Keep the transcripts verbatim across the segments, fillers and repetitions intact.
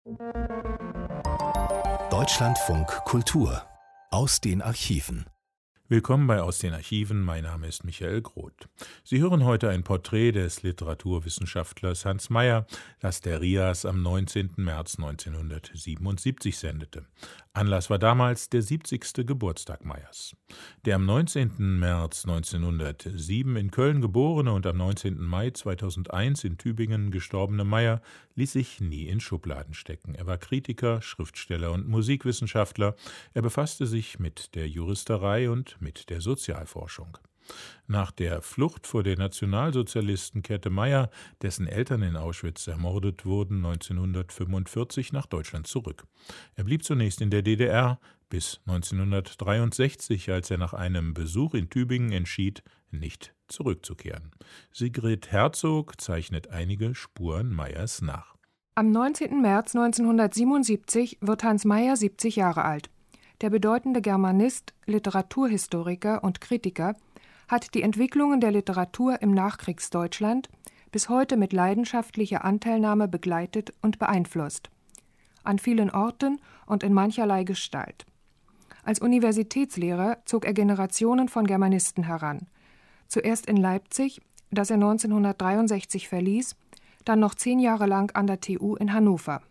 Deutschlandfunk Kultur aus den Archiven. Willkommen bei Aus den Archiven, mein Name ist Michael Groth. Sie hören heute ein Porträt des Literaturwissenschaftlers Hans Mayer, das der RIAS am neunzehnten März neunzehnhundertsiebenundsiebzig sendete. Anlass war damals der siebzigste Geburtstag Mayers. Der am neunzehnten März neunzehnhundertsieben in Köln geborene und am neunzehnten Mai zweitausendeins in Tübingen gestorbene Mayer ließ sich nie in Schubladen stecken. Er war Kritiker, Schriftsteller und Musikwissenschaftler. Er befasste sich mit der Juristerei und mit der Sozialforschung. Nach der Flucht vor den Nationalsozialisten kehrte Mayer, dessen Eltern in Auschwitz ermordet wurden, neunzehnhundertfünfundvierzig nach Deutschland zurück. Er blieb zunächst in der D D R bis neunzehnhundertdreiundsechzig, als er nach einem Besuch in Tübingen entschied, nicht zurückzukehren. Sigrid Herzog zeichnet einige Spuren Mayers nach. Am neunzehnten März neunzehnhundertsiebenundsiebzig wird Hans Mayer siebzig Jahre alt. Der bedeutende Germanist, Literaturhistoriker und Kritiker hat die Entwicklungen der Literatur im Nachkriegsdeutschland bis heute mit leidenschaftlicher Anteilnahme begleitet und beeinflusst. An vielen Orten und in mancherlei Gestalt. Als Universitätslehrer zog er Generationen von Germanisten heran. Zuerst in Leipzig, das er neunzehnhundertdreiundsechzig verließ, dann noch zehn Jahre lang an der T U in Hannover.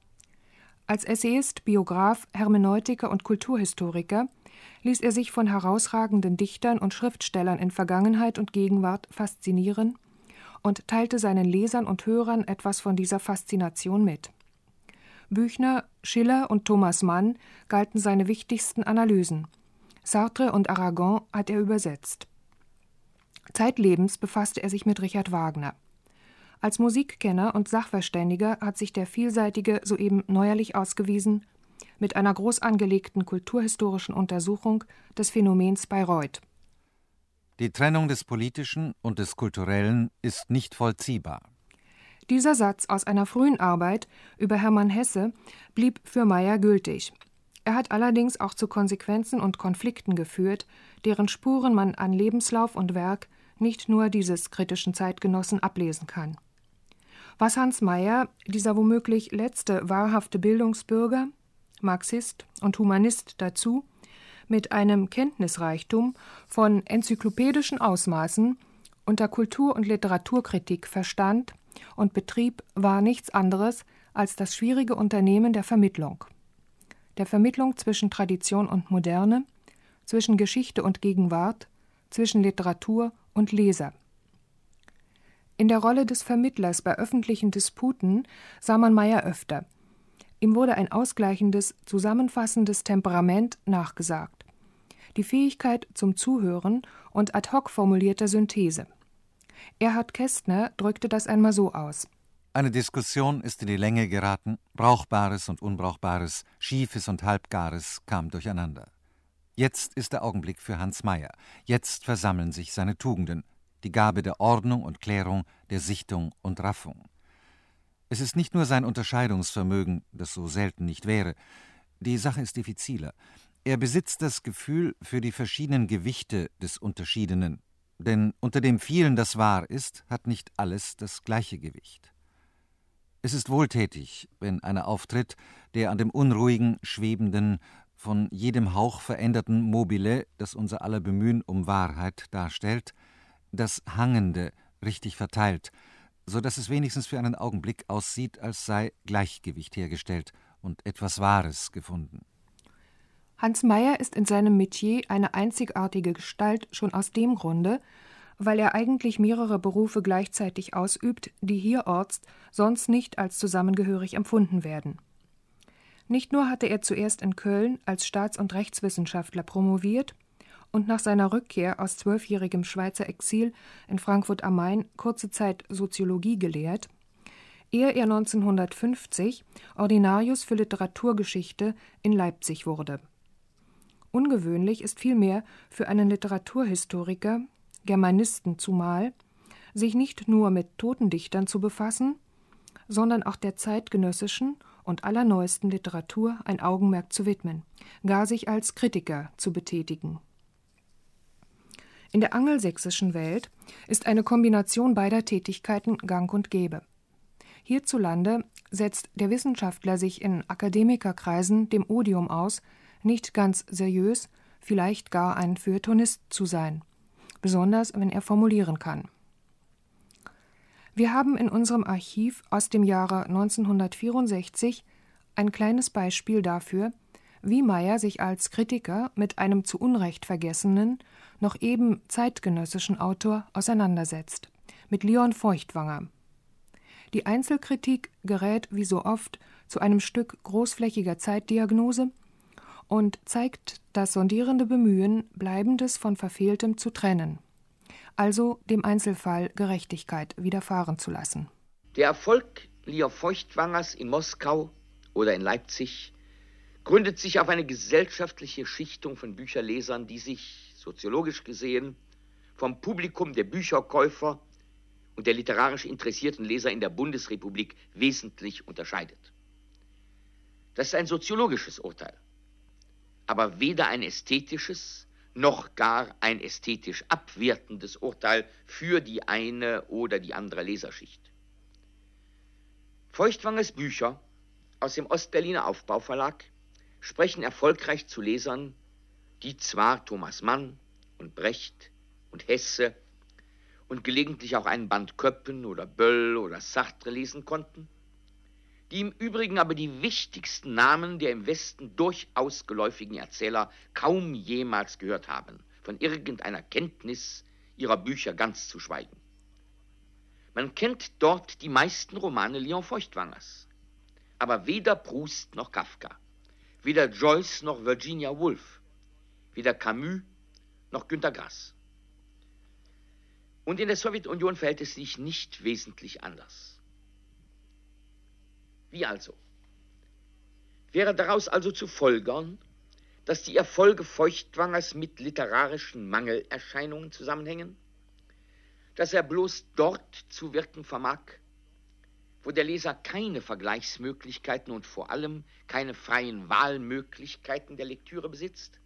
Als Essayist, Biograf, Hermeneutiker und Kulturhistoriker ließ er sich von herausragenden Dichtern und Schriftstellern in Vergangenheit und Gegenwart faszinieren und teilte seinen Lesern und Hörern etwas von dieser Faszination mit. Büchner, Schiller und Thomas Mann galten seine wichtigsten Analysen. Sartre und Aragon hat er übersetzt. Zeitlebens befasste er sich mit Richard Wagner. Als Musikkenner und Sachverständiger hat sich der vielseitige soeben neuerlich ausgewiesen mit einer groß angelegten kulturhistorischen Untersuchung des Phänomens Bayreuth. Die Trennung des Politischen und des Kulturellen ist nicht vollziehbar. Dieser Satz aus einer frühen Arbeit über Hermann Hesse blieb für Mayer gültig. Er hat allerdings auch zu Konsequenzen und Konflikten geführt, deren Spuren man an Lebenslauf und Werk nicht nur dieses kritischen Zeitgenossen ablesen kann. Was Hans Mayer, dieser womöglich letzte wahrhafte Bildungsbürger, Marxist und Humanist dazu, mit einem Kenntnisreichtum von enzyklopädischen Ausmaßen unter Kultur- und Literaturkritik verstand und betrieb, war nichts anderes als das schwierige Unternehmen der Vermittlung. Der Vermittlung zwischen Tradition und Moderne, zwischen Geschichte und Gegenwart, zwischen Literatur und Leser. In der Rolle des Vermittlers bei öffentlichen Disputen sah man Mayer öfter. Ihm wurde ein ausgleichendes, zusammenfassendes Temperament nachgesagt. Die Fähigkeit zum Zuhören und ad hoc formulierter Synthese. Erhard Kästner drückte das einmal so aus: Eine Diskussion ist in die Länge geraten, Brauchbares und Unbrauchbares, Schiefes und Halbgares kam durcheinander. Jetzt ist der Augenblick für Hans Mayer. Jetzt versammeln sich seine Tugenden, die Gabe der Ordnung und Klärung, der Sichtung und Raffung. Es ist nicht nur sein Unterscheidungsvermögen, das so selten nicht wäre. Die Sache ist diffiziler. Er besitzt das Gefühl für die verschiedenen Gewichte des Unterschiedenen. Denn unter dem vielen, das wahr ist, hat nicht alles das gleiche Gewicht. Es ist wohltätig, wenn einer auftritt, der an dem unruhigen, schwebenden, von jedem Hauch veränderten Mobile, das unser aller Bemühen um Wahrheit darstellt, das Hangende richtig verteilt, so dass es wenigstens für einen Augenblick aussieht, als sei Gleichgewicht hergestellt und etwas Wahres gefunden. Hans Mayer ist in seinem Metier eine einzigartige Gestalt schon aus dem Grunde, weil er eigentlich mehrere Berufe gleichzeitig ausübt, die hierorts sonst nicht als zusammengehörig empfunden werden. Nicht nur hatte er zuerst in Köln als Staats- und Rechtswissenschaftler promoviert und nach seiner Rückkehr aus zwölfjährigem Schweizer Exil in Frankfurt am Main kurze Zeit Soziologie gelehrt, ehe er neunzehnhundertfünfzig Ordinarius für Literaturgeschichte in Leipzig wurde. Ungewöhnlich ist vielmehr für einen Literaturhistoriker, Germanisten zumal, sich nicht nur mit Totendichtern zu befassen, sondern auch der zeitgenössischen und allerneuesten Literatur ein Augenmerk zu widmen, gar sich als Kritiker zu betätigen. In der angelsächsischen Welt ist eine Kombination beider Tätigkeiten gang und gäbe. Hierzulande setzt der Wissenschaftler sich in Akademikerkreisen dem Odium aus, nicht ganz seriös, vielleicht gar ein Feuilletonist zu sein, besonders wenn er formulieren kann. Wir haben in unserem Archiv aus dem Jahre neunzehnhundertvierundsechzig ein kleines Beispiel dafür, wie Meyer sich als Kritiker mit einem zu Unrecht vergessenen, noch eben zeitgenössischen Autor auseinandersetzt, mit Leon Feuchtwanger. Die Einzelkritik gerät wie so oft zu einem Stück großflächiger Zeitdiagnose und zeigt das sondierende Bemühen, Bleibendes von Verfehltem zu trennen, also dem Einzelfall Gerechtigkeit widerfahren zu lassen. Der Erfolg Leon Feuchtwangers in Moskau oder in Leipzig gründet sich auf eine gesellschaftliche Schichtung von Bücherlesern, die sich, soziologisch gesehen, vom Publikum der Bücherkäufer und der literarisch interessierten Leser in der Bundesrepublik wesentlich unterscheidet. Das ist ein soziologisches Urteil, aber weder ein ästhetisches noch gar ein ästhetisch abwertendes Urteil für die eine oder die andere Leserschicht. Feuchtwangers Bücher aus dem Ostberliner Aufbauverlag sprechen erfolgreich zu Lesern, die zwar Thomas Mann und Brecht und Hesse und gelegentlich auch einen Band Köppen oder Böll oder Sartre lesen konnten, die im Übrigen aber die wichtigsten Namen der im Westen durchaus geläufigen Erzähler kaum jemals gehört haben, von irgendeiner Kenntnis ihrer Bücher ganz zu schweigen. Man kennt dort die meisten Romane Leon Feuchtwangers, aber weder Proust noch Kafka, weder Joyce noch Virginia Woolf, weder Camus noch Günter Grass. Und in der Sowjetunion verhält es sich nicht wesentlich anders. Wie also? Wäre daraus also zu folgern, dass die Erfolge Feuchtwangers mit literarischen Mangelerscheinungen zusammenhängen? Dass er bloß dort zu wirken vermag, wo der Leser keine Vergleichsmöglichkeiten und vor allem keine freien Wahlmöglichkeiten der Lektüre besitzt?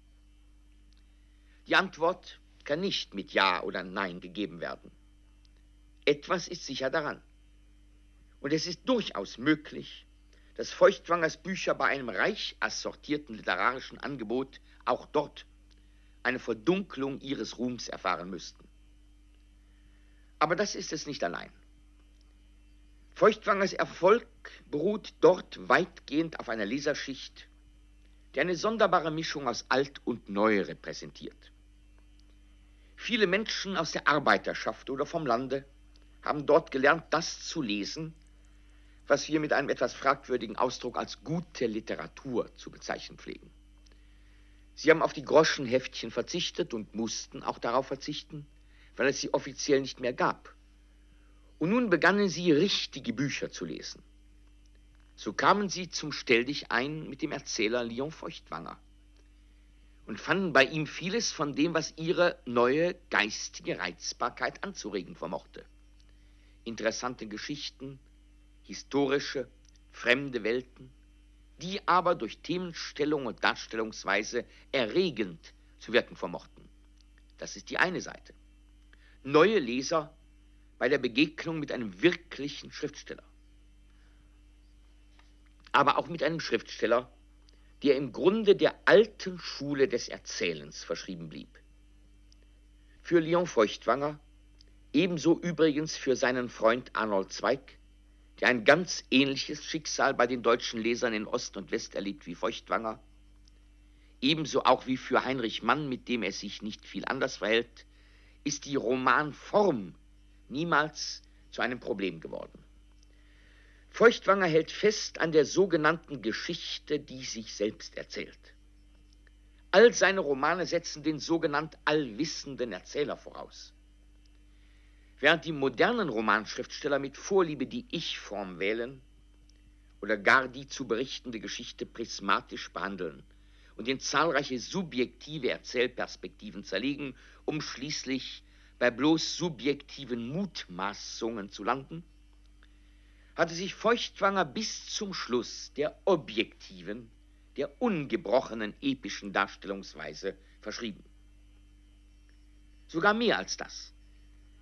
Die Antwort kann nicht mit Ja oder Nein gegeben werden. Etwas ist sicher daran. Und es ist durchaus möglich, dass Feuchtwangers Bücher bei einem reich assortierten literarischen Angebot auch dort eine Verdunklung ihres Ruhms erfahren müssten. Aber das ist es nicht allein. Feuchtwangers Erfolg beruht dort weitgehend auf einer Leserschicht, die eine sonderbare Mischung aus Alt und Neu repräsentiert. Viele Menschen aus der Arbeiterschaft oder vom Lande haben dort gelernt, das zu lesen, was wir mit einem etwas fragwürdigen Ausdruck als gute Literatur zu bezeichnen pflegen. Sie haben auf die Groschenheftchen verzichtet und mussten auch darauf verzichten, weil es sie offiziell nicht mehr gab. Und nun begannen sie, richtige Bücher zu lesen. So kamen sie zum Stelldichein mit dem Erzähler Leon Feuchtwanger und fanden bei ihm vieles von dem, was ihre neue geistige Reizbarkeit anzuregen vermochte. Interessante Geschichten, historische, fremde Welten, die aber durch Themenstellung und Darstellungsweise erregend zu wirken vermochten. Das ist die eine Seite. Neue Leser bei der Begegnung mit einem wirklichen Schriftsteller. Aber auch mit einem Schriftsteller, der im Grunde der alten Schule des Erzählens verschrieben blieb. Für Leon Feuchtwanger, ebenso übrigens für seinen Freund Arnold Zweig, der ein ganz ähnliches Schicksal bei den deutschen Lesern in Ost und West erlebt wie Feuchtwanger, ebenso auch wie für Heinrich Mann, mit dem er sich nicht viel anders verhält, ist die Romanform niemals zu einem Problem geworden. Feuchtwanger hält fest an der sogenannten Geschichte, die sich selbst erzählt. All seine Romane setzen den sogenannten allwissenden Erzähler voraus. Während die modernen Romanschriftsteller mit Vorliebe die Ich-Form wählen oder gar die zu berichtende Geschichte prismatisch behandeln und in zahlreiche subjektive Erzählperspektiven zerlegen, um schließlich bei bloß subjektiven Mutmaßungen zu landen, hatte sich Feuchtwanger bis zum Schluss der objektiven, der ungebrochenen epischen Darstellungsweise verschrieben. Sogar mehr als das.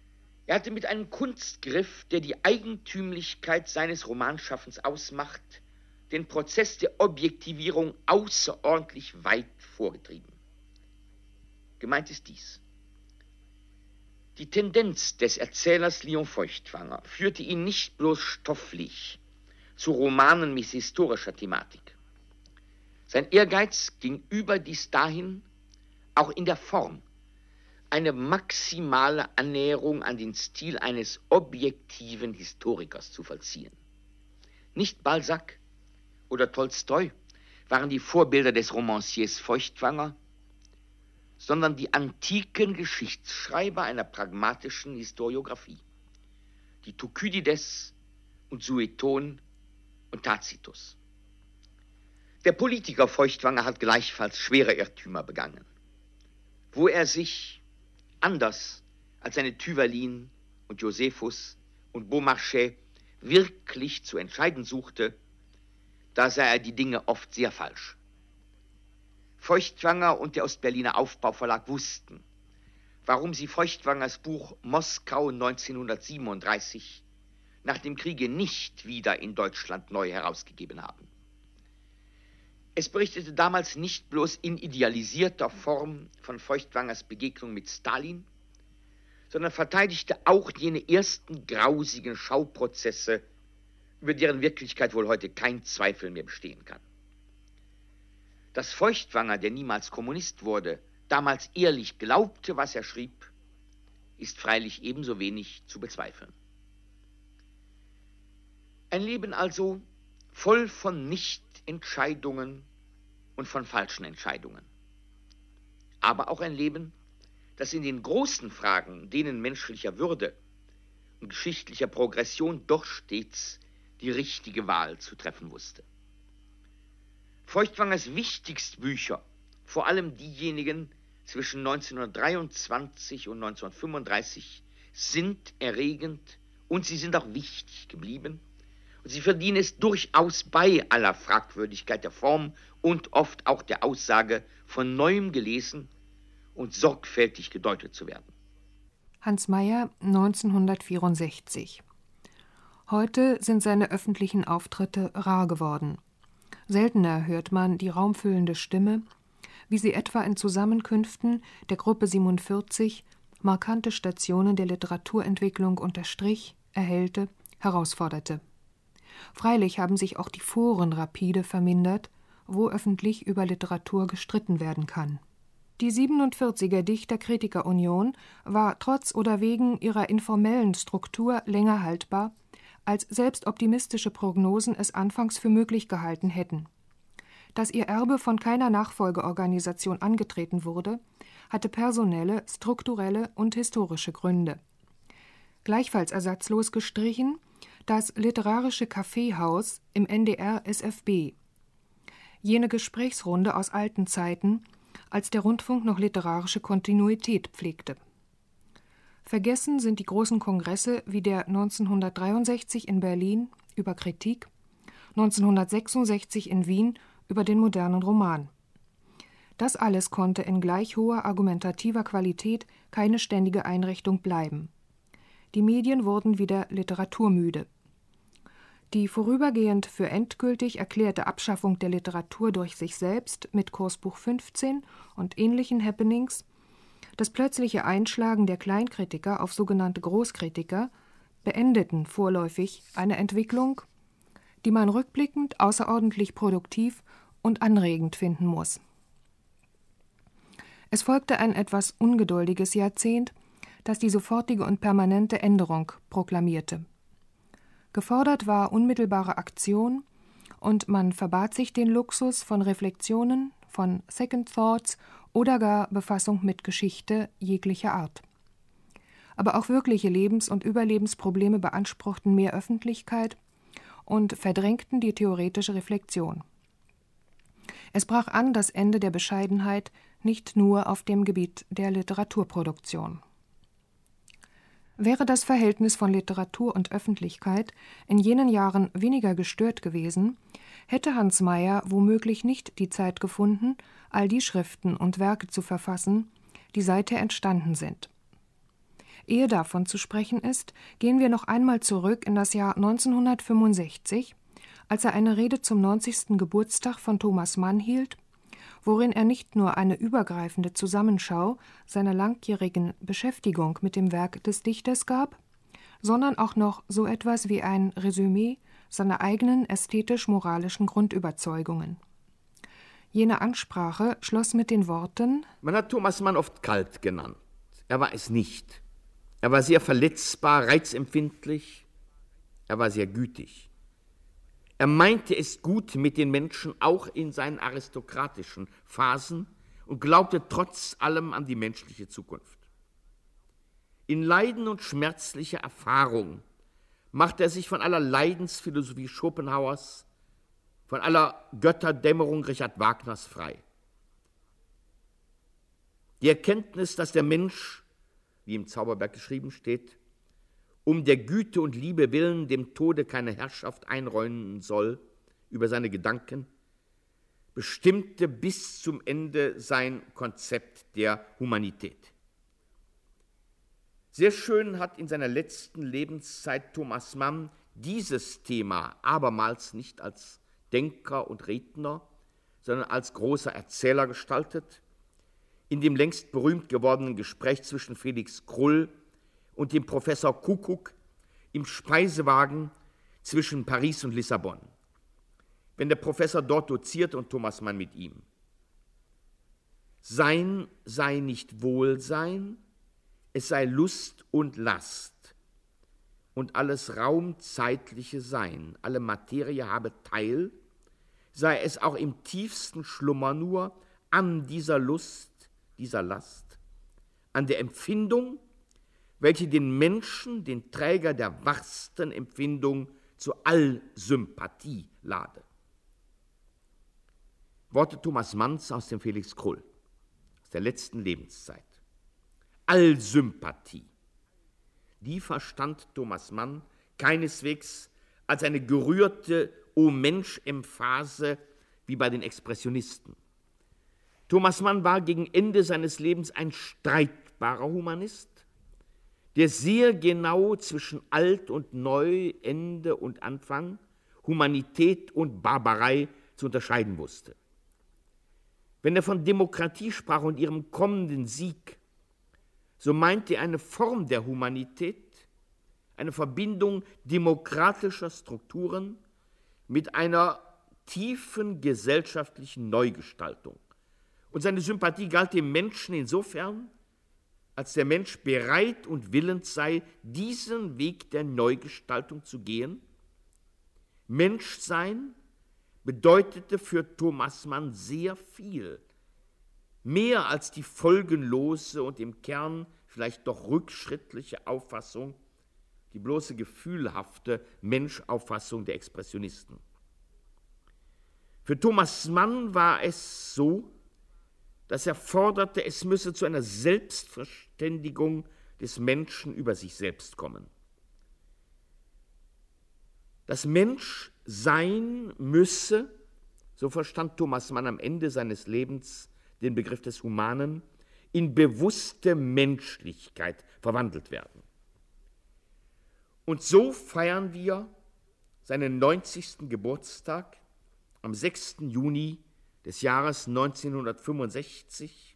Er hatte mit einem Kunstgriff, der die Eigentümlichkeit seines Romanschaffens ausmacht, den Prozess der Objektivierung außerordentlich weit vorgetrieben. Gemeint ist dies: Die Tendenz des Erzählers Léon Feuchtwanger führte ihn nicht bloß stofflich zu Romanen mit historischer Thematik. Sein Ehrgeiz ging überdies dahin, auch in der Form eine maximale Annäherung an den Stil eines objektiven Historikers zu vollziehen. Nicht Balzac oder Tolstoi waren die Vorbilder des Romanciers Feuchtwanger, sondern die antiken Geschichtsschreiber einer pragmatischen Historiographie, die Thukydides und Sueton und Tacitus. Der Politiker Feuchtwanger hat gleichfalls schwere Irrtümer begangen. Wo er sich, anders als seine Tüverlin und Josephus und Beaumarchais, wirklich zu entscheiden suchte, da sah er die Dinge oft sehr falsch. Feuchtwanger und der Ostberliner Aufbauverlag wussten, warum sie Feuchtwangers Buch Moskau neunzehnhundertsiebenunddreißig nach dem Kriege nicht wieder in Deutschland neu herausgegeben haben. Es berichtete damals nicht bloß in idealisierter Form von Feuchtwangers Begegnung mit Stalin, sondern verteidigte auch jene ersten grausigen Schauprozesse, über deren Wirklichkeit wohl heute kein Zweifel mehr bestehen kann. Dass Feuchtwanger, der niemals Kommunist wurde, damals ehrlich glaubte, was er schrieb, ist freilich ebenso wenig zu bezweifeln. Ein Leben also voll von Nichtentscheidungen und von falschen Entscheidungen. Aber auch ein Leben, das in den großen Fragen, denen menschlicher Würde und geschichtlicher Progression doch stets die richtige Wahl zu treffen wusste. Feuchtwangers wichtigste Bücher, vor allem diejenigen zwischen neunzehnhundertdreiundzwanzig und neunzehnhundertfünfunddreißig, sind erregend und sie sind auch wichtig geblieben. Und sie verdienen es durchaus bei aller Fragwürdigkeit der Form und oft auch der Aussage von Neuem gelesen und sorgfältig gedeutet zu werden. Hans Mayer, neunzehnhundertvierundsechzig. Heute sind seine öffentlichen Auftritte rar geworden. Seltener hört man die raumfüllende Stimme, wie sie etwa in Zusammenkünften der Gruppe siebenundvierzig markante Stationen der Literaturentwicklung unterstrich, erhellte, herausforderte. Freilich haben sich auch die Foren rapide vermindert, wo öffentlich über Literatur gestritten werden kann. Die siebenundvierziger Dichter-Kritiker-Union war trotz oder wegen ihrer informellen Struktur länger haltbar, als selbst optimistische Prognosen es anfangs für möglich gehalten hätten. Dass ihr Erbe von keiner Nachfolgeorganisation angetreten wurde, hatte personelle, strukturelle und historische Gründe. Gleichfalls ersatzlos gestrichen das literarische Kaffeehaus im N D R S F B. Jene Gesprächsrunde aus alten Zeiten, als der Rundfunk noch literarische Kontinuität pflegte. Vergessen sind die großen Kongresse wie der neunzehnhundertdreiundsechzig in Berlin über Kritik, neunzehnhundertsechsundsechzig in Wien über den modernen Roman. Das alles konnte in gleich hoher argumentativer Qualität keine ständige Einrichtung bleiben. Die Medien wurden wieder literaturmüde. Die vorübergehend für endgültig erklärte Abschaffung der Literatur durch sich selbst mit Kursbuch fünfzehn und ähnlichen Happenings, das plötzliche Einschlagen der Kleinkritiker auf sogenannte Großkritiker beendeten vorläufig eine Entwicklung, die man rückblickend außerordentlich produktiv und anregend finden muss. Es folgte ein etwas ungeduldiges Jahrzehnt, das die sofortige und permanente Änderung proklamierte. Gefordert war unmittelbare Aktion und man verbat sich den Luxus von Reflexionen, von Second Thoughts oder gar Befassung mit Geschichte jeglicher Art. Aber auch wirkliche Lebens- und Überlebensprobleme beanspruchten mehr Öffentlichkeit und verdrängten die theoretische Reflexion. Es brach an das Ende der Bescheidenheit nicht nur auf dem Gebiet der Literaturproduktion. Wäre das Verhältnis von Literatur und Öffentlichkeit in jenen Jahren weniger gestört gewesen, hätte Hans Mayer womöglich nicht die Zeit gefunden, all die Schriften und Werke zu verfassen, die seither entstanden sind. Ehe davon zu sprechen ist, gehen wir noch einmal zurück in das Jahr neunzehnhundertfünfundsechzig, als er eine Rede zum neunzigsten Geburtstag von Thomas Mann hielt, worin er nicht nur eine übergreifende Zusammenschau seiner langjährigen Beschäftigung mit dem Werk des Dichters gab, sondern auch noch so etwas wie ein Resümee seiner eigenen ästhetisch-moralischen Grundüberzeugungen. Jene Ansprache schloss mit den Worten: Man hat Thomas Mann oft kalt genannt. Er war es nicht. Er war sehr verletzbar, reizempfindlich. Er war sehr gütig. Er meinte es gut mit den Menschen, auch in seinen aristokratischen Phasen, und glaubte trotz allem an die menschliche Zukunft. In Leiden und schmerzlicher Erfahrung machte er sich von aller Leidensphilosophie Schopenhauers, von aller Götterdämmerung Richard Wagners frei. Die Erkenntnis, dass der Mensch, wie im Zauberberg geschrieben steht, um der Güte und Liebe willen dem Tode keine Herrschaft einräumen soll über seine Gedanken, bestimmte bis zum Ende sein Konzept der Humanität. Sehr schön hat in seiner letzten Lebenszeit Thomas Mann dieses Thema abermals nicht als Denker und Redner, sondern als großer Erzähler gestaltet, in dem längst berühmt gewordenen Gespräch zwischen Felix Krull und dem Professor Kuckuck im Speisewagen zwischen Paris und Lissabon, wenn der Professor dort doziert und Thomas Mann mit ihm. Sein sei nicht Wohlsein, es sei Lust und Last, und alles raumzeitliche Sein, alle Materie habe Teil, sei es auch im tiefsten Schlummer nur an dieser Lust, dieser Last, an der Empfindung, welche den Menschen, den Träger der wachsten Empfindung, zur Allsympathie lade. Worte Thomas Manns aus dem Felix Krull, aus der letzten Lebenszeit. Allsympathie. Die verstand Thomas Mann keineswegs als eine gerührte O-Mensch-Emphase wie bei den Expressionisten. Thomas Mann war gegen Ende seines Lebens ein streitbarer Humanist, der sehr genau zwischen Alt und Neu, Ende und Anfang, Humanität und Barbarei zu unterscheiden wusste. Wenn er von Demokratie sprach und ihrem kommenden Sieg, so meinte er eine Form der Humanität, eine Verbindung demokratischer Strukturen mit einer tiefen gesellschaftlichen Neugestaltung. Und seine Sympathie galt dem Menschen insofern, als der Mensch bereit und willens sei, diesen Weg der Neugestaltung zu gehen. Menschsein bedeutete für Thomas Mann sehr viel, mehr als die folgenlose und im Kern vielleicht doch rückschrittliche Auffassung, die bloße gefühlhafte Menschauffassung der Expressionisten. Für Thomas Mann war es so, dass er forderte, es müsse zu einer Selbstverständigung des Menschen über sich selbst kommen. Das Menschsein müsse, so verstand Thomas Mann am Ende seines Lebens den Begriff des Humanen, in bewusste Menschlichkeit verwandelt werden. Und so feiern wir seinen neunzigsten Geburtstag am sechsten Juni des Jahres neunzehnhundertfünfundsechzig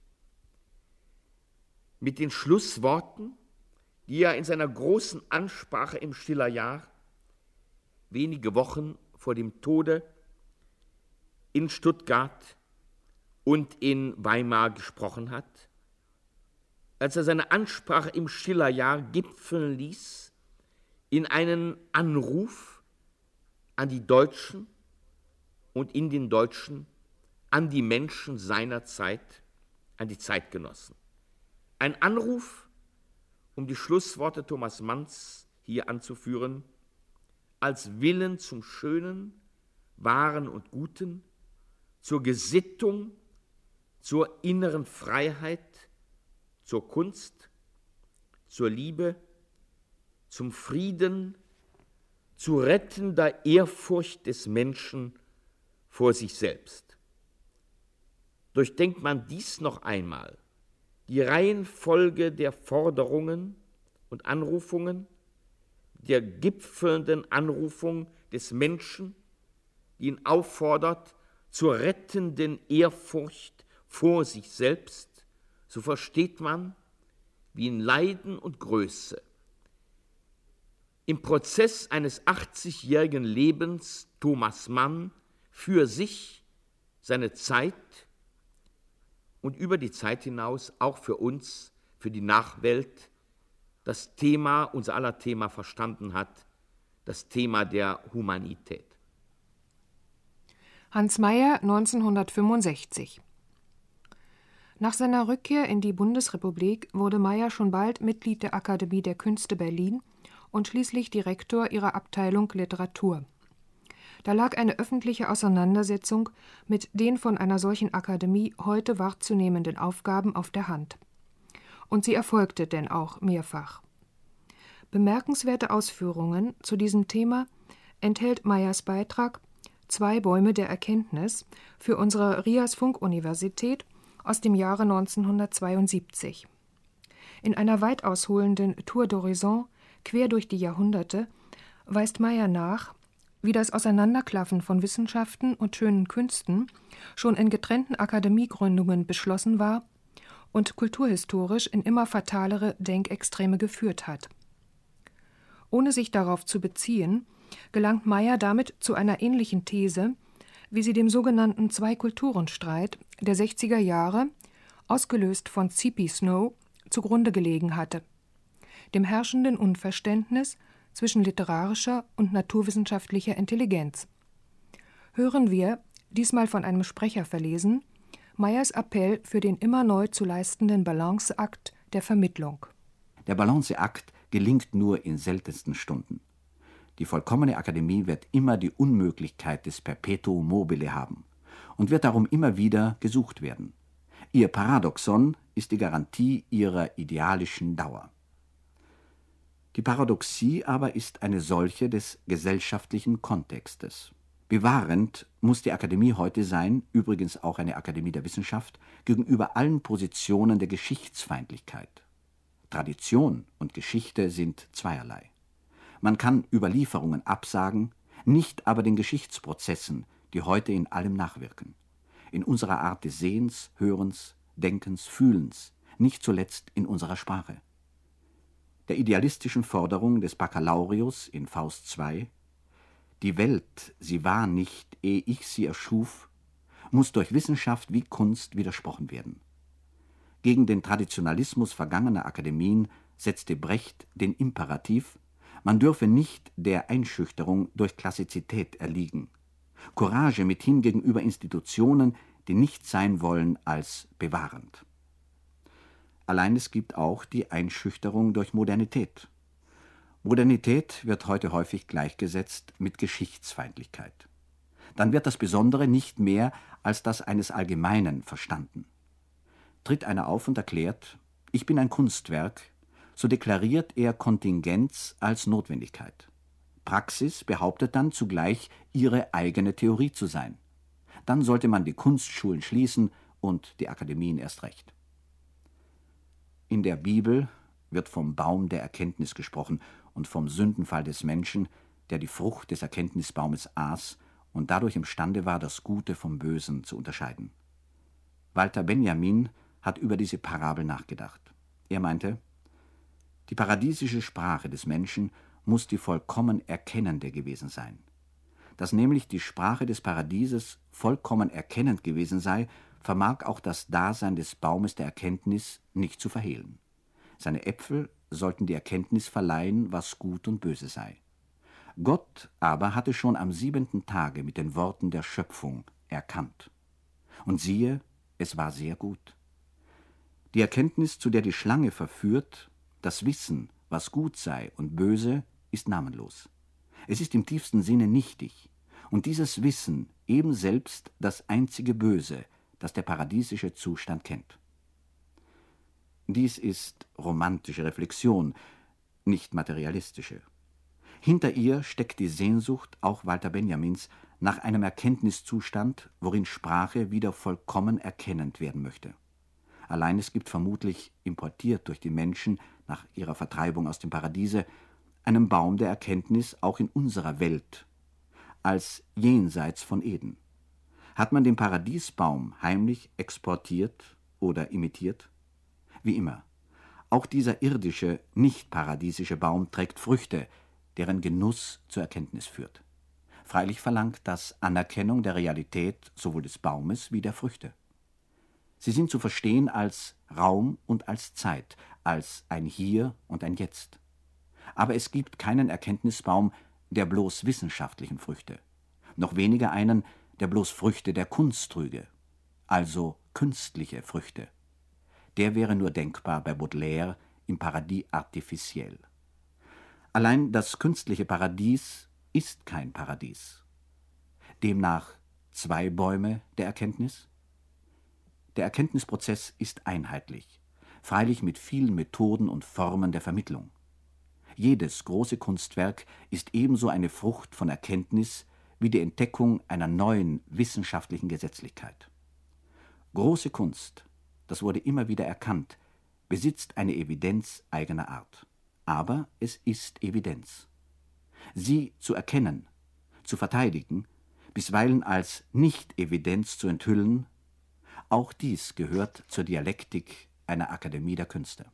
mit den Schlussworten, die er in seiner großen Ansprache im Schillerjahr wenige Wochen vor dem Tode in Stuttgart und in Weimar gesprochen hat, als er seine Ansprache im Schillerjahr gipfeln ließ in einen Anruf an die Deutschen und in den Deutschen, an die Menschen seiner Zeit, an die Zeitgenossen. Ein Anruf, um die Schlussworte Thomas Manns hier anzuführen, als Willen zum Schönen, Wahren und Guten, zur Gesittung, zur inneren Freiheit, zur Kunst, zur Liebe, zum Frieden, zu rettender Ehrfurcht des Menschen vor sich selbst. Durchdenkt man dies noch einmal, die Reihenfolge der Forderungen und Anrufungen, der gipfelnden Anrufung des Menschen, die ihn auffordert zur rettenden Ehrfurcht vor sich selbst, so versteht man, wie in Leiden und Größe im Prozess eines achtzigjährigen Lebens Thomas Mann für sich, seine Zeit und über die Zeit hinaus auch für uns, für die Nachwelt, das Thema, unser aller Thema verstanden hat, das Thema der Humanität. Hans Mayer, neunzehnhundertfünfundsechzig. Nach seiner Rückkehr in die Bundesrepublik wurde Mayer schon bald Mitglied der Akademie der Künste Berlin und schließlich Direktor ihrer Abteilung Literatur. Da lag eine öffentliche Auseinandersetzung mit den von einer solchen Akademie heute wahrzunehmenden Aufgaben auf der Hand. Und sie erfolgte denn auch mehrfach. Bemerkenswerte Ausführungen zu diesem Thema enthält Mayers Beitrag »Zwei Bäume der Erkenntnis« für unsere Rias-Funk-Universität aus dem Jahre neunzehnhundertzweiundsiebzig. In einer weit ausholenden Tour d'Horizon quer durch die Jahrhunderte weist Mayer nach, wie das Auseinanderklaffen von Wissenschaften und schönen Künsten schon in getrennten Akademiegründungen beschlossen war und kulturhistorisch in immer fatalere Denkextreme geführt hat. Ohne sich darauf zu beziehen, gelangt Mayer damit zu einer ähnlichen These, wie sie dem sogenannten Zwei-Kulturen-Streit der sechziger Jahre, ausgelöst von C P Snow, zugrunde gelegen hatte, dem herrschenden Unverständnis zwischen literarischer und naturwissenschaftlicher Intelligenz. Hören wir, diesmal von einem Sprecher verlesen, Mayers Appell für den immer neu zu leistenden Balanceakt der Vermittlung. Der Balanceakt gelingt nur in seltensten Stunden. Die vollkommene Akademie wird immer die Unmöglichkeit des Perpetuum mobile haben und wird darum immer wieder gesucht werden. Ihr Paradoxon ist die Garantie ihrer idealischen Dauer. Die Paradoxie aber ist eine solche des gesellschaftlichen Kontextes. Bewahrend muss die Akademie heute sein, übrigens auch eine Akademie der Wissenschaft, gegenüber allen Positionen der Geschichtsfeindlichkeit. Tradition und Geschichte sind zweierlei. Man kann Überlieferungen absagen, nicht aber den Geschichtsprozessen, die heute in allem nachwirken. In unserer Art des Sehens, Hörens, Denkens, Fühlens, nicht zuletzt in unserer Sprache. Der idealistischen Forderung des Baccalaureus in Faust zwei, die Welt, sie war nicht, ehe ich sie erschuf, muss durch Wissenschaft wie Kunst widersprochen werden. Gegen den Traditionalismus vergangener Akademien setzte Brecht den Imperativ, man dürfe nicht der Einschüchterung durch Klassizität erliegen. Courage mithin gegenüber Institutionen, die nicht sein wollen als bewahrend. Allein es gibt auch die Einschüchterung durch Modernität. Modernität wird heute häufig gleichgesetzt mit Geschichtsfeindlichkeit. Dann wird das Besondere nicht mehr als das eines Allgemeinen verstanden. Tritt einer auf und erklärt, ich bin ein Kunstwerk, so deklariert er Kontingenz als Notwendigkeit. Praxis behauptet dann zugleich, ihre eigene Theorie zu sein. Dann sollte man die Kunstschulen schließen und die Akademien erst recht. In der Bibel wird vom Baum der Erkenntnis gesprochen und vom Sündenfall des Menschen, der die Frucht des Erkenntnisbaumes aß und dadurch imstande war, das Gute vom Bösen zu unterscheiden. Walter Benjamin hat über diese Parabel nachgedacht. Er meinte, die paradiesische Sprache des Menschen muss die vollkommen Erkennende gewesen sein. Dass nämlich die Sprache des Paradieses vollkommen erkennend gewesen sei, vermag auch das Dasein des Baumes der Erkenntnis nicht zu verhehlen. Seine Äpfel sollten die Erkenntnis verleihen, was gut und böse sei. Gott aber hatte schon am siebenten Tage mit den Worten der Schöpfung erkannt. Und siehe, es war sehr gut. Die Erkenntnis, zu der die Schlange verführt, das Wissen, was gut sei und böse, ist namenlos. Es ist im tiefsten Sinne nichtig. Und dieses Wissen eben selbst das einzige Böse, das der paradiesische Zustand kennt. Dies ist romantische Reflexion, nicht materialistische. Hinter ihr steckt die Sehnsucht, auch Walter Benjamins, nach einem Erkenntniszustand, worin Sprache wieder vollkommen erkennend werden möchte. Allein es gibt vermutlich, importiert durch die Menschen nach ihrer Vertreibung aus dem Paradiese, einen Baum der Erkenntnis auch in unserer Welt, als jenseits von Eden. Hat man den Paradiesbaum heimlich exportiert oder imitiert? Wie immer, auch dieser irdische, nicht paradiesische Baum trägt Früchte, deren Genuss zur Erkenntnis führt. Freilich verlangt das Anerkennung der Realität sowohl des Baumes wie der Früchte. Sie sind zu verstehen als Raum und als Zeit, als ein Hier und ein Jetzt. Aber es gibt keinen Erkenntnisbaum der bloß wissenschaftlichen Früchte, noch weniger einen, der bloß Früchte der Kunst trüge, also künstliche Früchte. Der wäre nur denkbar bei Baudelaire im Paradis artificiel. Allein das künstliche Paradies ist kein Paradies. Demnach zwei Bäume der Erkenntnis? Der Erkenntnisprozess ist einheitlich, freilich mit vielen Methoden und Formen der Vermittlung. Jedes große Kunstwerk ist ebenso eine Frucht von Erkenntnis wie die Entdeckung einer neuen wissenschaftlichen Gesetzlichkeit. Große Kunst, das wurde immer wieder erkannt, besitzt eine Evidenz eigener Art. Aber es ist Evidenz. Sie zu erkennen, zu verteidigen, bisweilen als Nicht-Evidenz zu enthüllen, auch dies gehört zur Dialektik einer Akademie der Künste.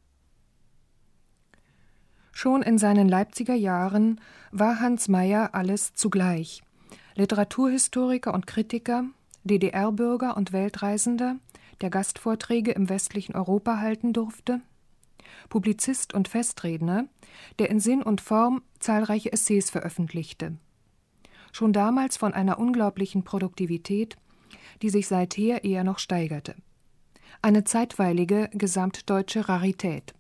Schon in seinen Leipziger Jahren war Hans Mayer alles zugleich. Literaturhistoriker und Kritiker, D D R-Bürger und Weltreisender, der Gastvorträge im westlichen Europa halten durfte, Publizist und Festredner, der in Sinn und Form zahlreiche Essays veröffentlichte. Schon damals von einer unglaublichen Produktivität, die sich seither eher noch steigerte. Eine zeitweilige gesamtdeutsche Rarität.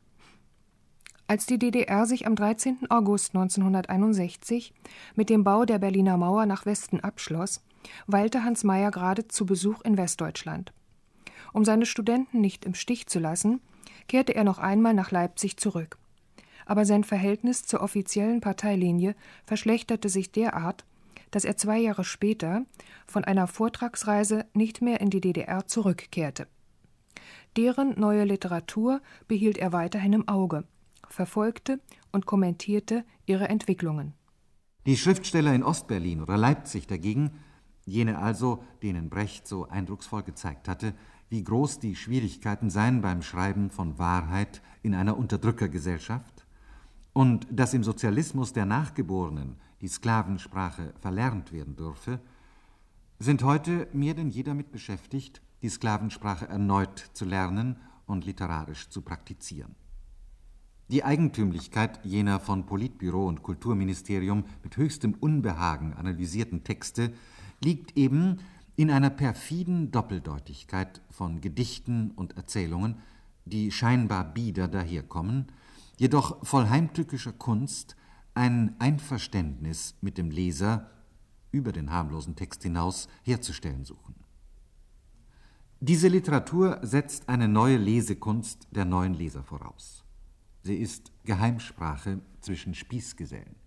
Als die D D R sich am dreizehnten August neunzehnhunderteinundsechzig mit dem Bau der Berliner Mauer nach Westen abschloss, weilte Hans Mayer gerade zu Besuch in Westdeutschland. Um seine Studenten nicht im Stich zu lassen, kehrte er noch einmal nach Leipzig zurück. Aber sein Verhältnis zur offiziellen Parteilinie verschlechterte sich derart, dass er zwei Jahre später von einer Vortragsreise nicht mehr in die D D R zurückkehrte. Deren neue Literatur behielt er weiterhin im Auge, verfolgte und kommentierte ihre Entwicklungen. Die Schriftsteller in Ostberlin oder Leipzig dagegen, jene also, denen Brecht so eindrucksvoll gezeigt hatte, wie groß die Schwierigkeiten seien beim Schreiben von Wahrheit in einer Unterdrückergesellschaft und dass im Sozialismus der Nachgeborenen die Sklavensprache verlernt werden dürfe, sind heute mehr denn je damit beschäftigt, die Sklavensprache erneut zu lernen und literarisch zu praktizieren. Die Eigentümlichkeit jener von Politbüro und Kulturministerium mit höchstem Unbehagen analysierten Texte liegt eben in einer perfiden Doppeldeutigkeit von Gedichten und Erzählungen, die scheinbar bieder daherkommen, jedoch voll heimtückischer Kunst ein Einverständnis mit dem Leser über den harmlosen Text hinaus herzustellen suchen. Diese Literatur setzt eine neue Lesekunst der neuen Leser voraus. Sie ist Geheimsprache zwischen Spießgesellen.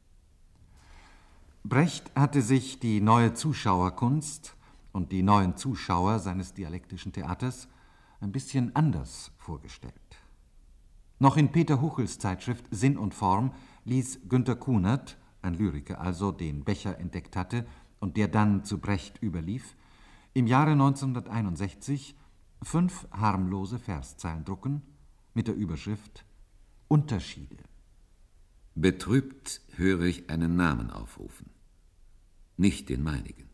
Brecht hatte sich die neue Zuschauerkunst und die neuen Zuschauer seines dialektischen Theaters ein bisschen anders vorgestellt. Noch in Peter Huchels Zeitschrift Sinn und Form ließ Günter Kunert, ein Lyriker also, den Becher entdeckt hatte und der dann zu Brecht überlief, im Jahre neunzehnhunderteinundsechzig fünf harmlose Verszeilen drucken mit der Überschrift Unterschiede. Betrübt höre ich einen Namen aufrufen, nicht den meinigen.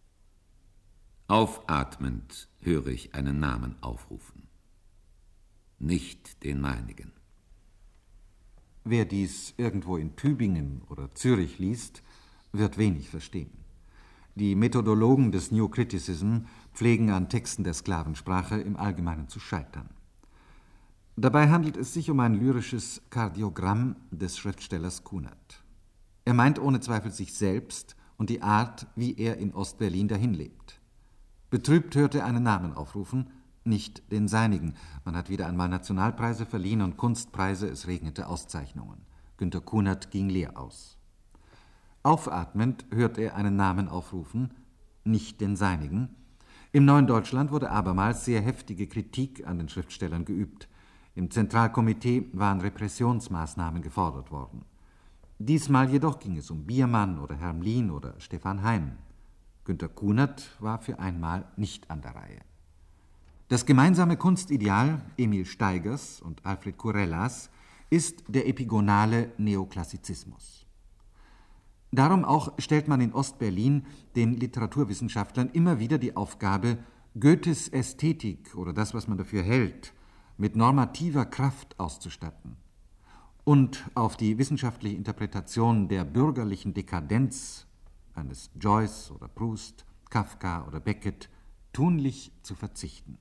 Aufatmend höre ich einen Namen aufrufen, nicht den meinigen. Wer dies irgendwo in Tübingen oder Zürich liest, wird wenig verstehen. Die Methodologen des New Criticism pflegen an Texten der Sklavensprache im Allgemeinen zu scheitern. Dabei handelt es sich um ein lyrisches Kardiogramm des Schriftstellers Kunert. Er meint ohne Zweifel sich selbst und die Art, wie er in Ostberlin dahinlebt. Betrübt hörte er einen Namen aufrufen, nicht den seinigen. Man hat wieder einmal Nationalpreise verliehen und Kunstpreise, es regnete Auszeichnungen. Günter Kunert ging leer aus. Aufatmend hört er einen Namen aufrufen, nicht den seinigen. Im Neuen Deutschland wurde abermals sehr heftige Kritik an den Schriftstellern geübt. Im Zentralkomitee waren Repressionsmaßnahmen gefordert worden. Diesmal jedoch ging es um Biermann oder Hermlin oder Stefan Heym. Günter Kunert war für einmal nicht an der Reihe. Das gemeinsame Kunstideal Emil Steigers und Alfred Kurellas ist der epigonale Neoklassizismus. Darum auch stellt man in Ostberlin den Literaturwissenschaftlern immer wieder die Aufgabe, Goethes Ästhetik oder das, was man dafür hält, mit normativer Kraft auszustatten und auf die wissenschaftliche Interpretation der bürgerlichen Dekadenz eines Joyce oder Proust, Kafka oder Beckett tunlich zu verzichten.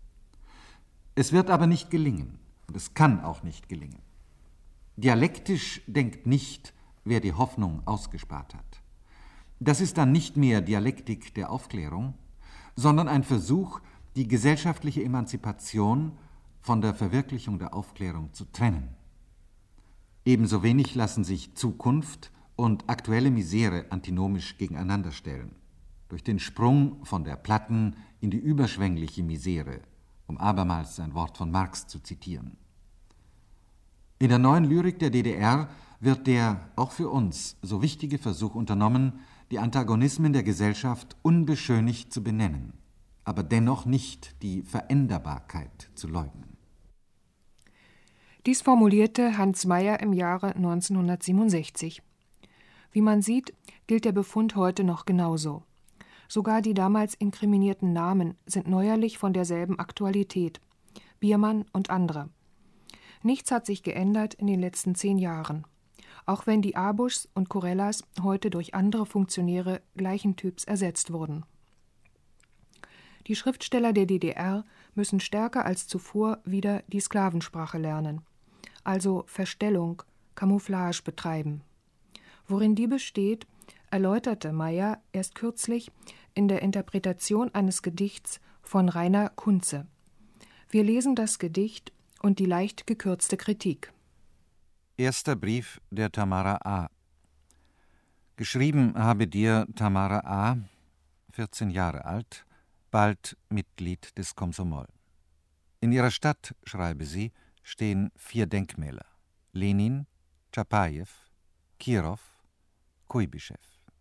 Es wird aber nicht gelingen und es kann auch nicht gelingen. Dialektisch denkt nicht, wer die Hoffnung ausgespart hat. Das ist dann nicht mehr Dialektik der Aufklärung, sondern ein Versuch, die gesellschaftliche Emanzipation von der Verwirklichung der Aufklärung zu trennen. Ebenso wenig lassen sich Zukunft und aktuelle Misere antinomisch gegeneinander stellen. Durch den Sprung von der platten in die überschwängliche Misere, um abermals ein Wort von Marx zu zitieren. In der neuen Lyrik der D D R wird der, auch für uns, so wichtige Versuch unternommen, die Antagonismen der Gesellschaft unbeschönigt zu benennen, aber dennoch nicht die Veränderbarkeit zu leugnen. Dies formulierte Hans Meyer im Jahre neunzehnhundertsiebenundsechzig. Wie man sieht, gilt der Befund heute noch genauso. Sogar die damals inkriminierten Namen sind neuerlich von derselben Aktualität. Biermann und andere. Nichts hat sich geändert in den letzten zehn Jahren. Auch wenn die Abuschs und Kurellas heute durch andere Funktionäre gleichen Typs ersetzt wurden. Die Schriftsteller der D D R müssen stärker als zuvor wieder die Sklavensprache lernen, also Verstellung, Camouflage betreiben. Worin die besteht, erläuterte Meyer erst kürzlich in der Interpretation eines Gedichts von Rainer Kunze. Wir lesen das Gedicht und die leicht gekürzte Kritik. Erster Brief der Tamara A. Geschrieben habe dir Tamara A., vierzehn Jahre alt, bald Mitglied des Komsomol. In ihrer Stadt, schreibe sie, stehen vier Denkmäler: Lenin, Tschapajew, Kirov, Kuibyschew.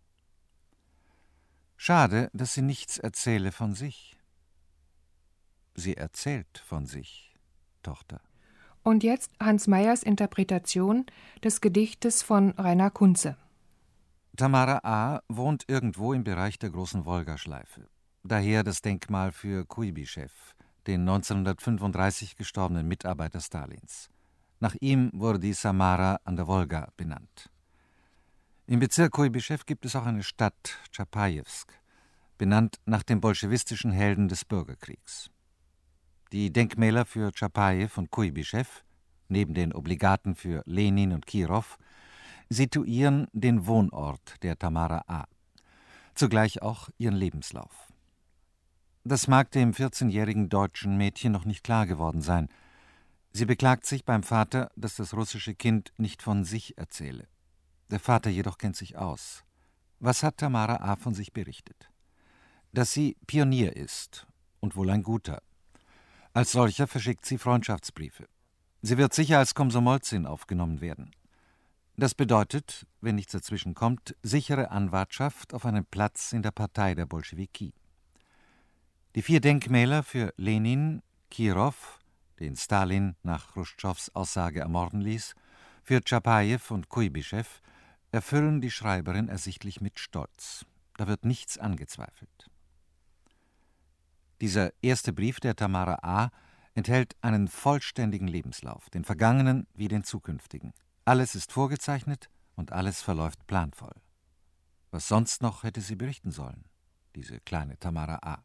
Schade, dass sie nichts erzähle von sich. Sie erzählt von sich, Tochter. Und jetzt Hans Meyers Interpretation des Gedichtes von Rainer Kunze. Tamara A. wohnt irgendwo im Bereich der großen Wolgaschleife. Daher das Denkmal für Kuibyschew, den neunzehnhundertfünfunddreißig gestorbenen Mitarbeiter Stalins. Nach ihm wurde die Samara an der Wolga benannt. Im Bezirk Kuibyschew gibt es auch eine Stadt, Tschapajewsk, benannt nach dem bolschewistischen Helden des Bürgerkriegs. Die Denkmäler für Tschapajew und Kuibyschew, neben den Obligaten für Lenin und Kirov, situieren den Wohnort der Tamara A., zugleich auch ihren Lebenslauf. Das mag dem vierzehnjährigen deutschen Mädchen noch nicht klar geworden sein. Sie beklagt sich beim Vater, dass das russische Kind nicht von sich erzähle. Der Vater jedoch kennt sich aus. Was hat Tamara A. von sich berichtet? Dass sie Pionier ist und wohl ein guter. Als solcher verschickt sie Freundschaftsbriefe. Sie wird sicher als Komsomolzin aufgenommen werden. Das bedeutet, wenn nichts dazwischen kommt, sichere Anwartschaft auf einen Platz in der Partei der Bolschewiki. Die vier Denkmäler für Lenin, Kirov, den Stalin nach Chruschtschows Aussage ermorden ließ, für Tschapajew und Kuibyschew, erfüllen die Schreiberin ersichtlich mit Stolz. Da wird nichts angezweifelt. Dieser erste Brief der Tamara A. enthält einen vollständigen Lebenslauf, den vergangenen wie den zukünftigen. Alles ist vorgezeichnet und alles verläuft planvoll. Was sonst noch hätte sie berichten sollen, diese kleine Tamara A.?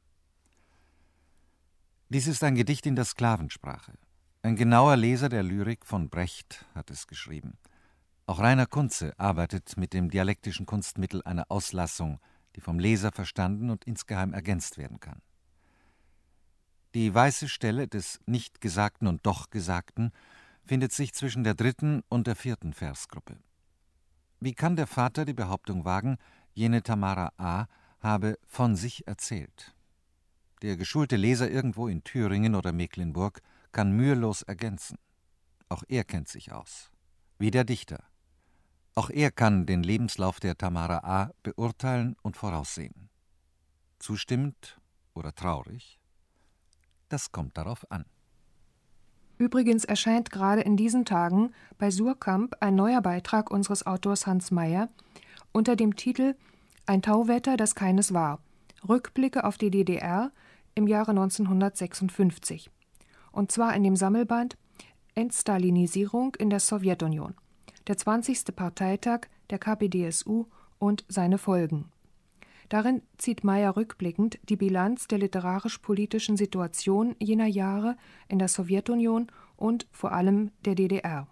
Dies ist ein Gedicht in der Sklavensprache. Ein genauer Leser der Lyrik von Brecht hat es geschrieben. Auch Rainer Kunze arbeitet mit dem dialektischen Kunstmittel einer Auslassung, die vom Leser verstanden und insgeheim ergänzt werden kann. Die weiße Stelle des Nicht-Gesagten und Doch-Gesagten findet sich zwischen der dritten und der vierten Versgruppe. Wie kann der Vater die Behauptung wagen, jene Tamara A. habe von sich erzählt? Der geschulte Leser irgendwo in Thüringen oder Mecklenburg kann mühelos ergänzen. Auch er kennt sich aus. Wie der Dichter. Auch er kann den Lebenslauf der Tamara A. beurteilen und voraussehen. Zustimmend oder traurig? Das kommt darauf an. Übrigens erscheint gerade in diesen Tagen bei Suhrkamp ein neuer Beitrag unseres Autors Hans Meyer unter dem Titel »Ein Tauwetter, das keines war. Rückblicke auf die D D R im Jahre neunzehnhundertsechsundfünfzig«, und zwar in dem Sammelband »Entstalinisierung in der Sowjetunion. Der zwanzigste Parteitag der K P D S U und seine Folgen«. Darin zieht Meyer rückblickend die Bilanz der literarisch-politischen Situation jener Jahre in der Sowjetunion und vor allem der D D R.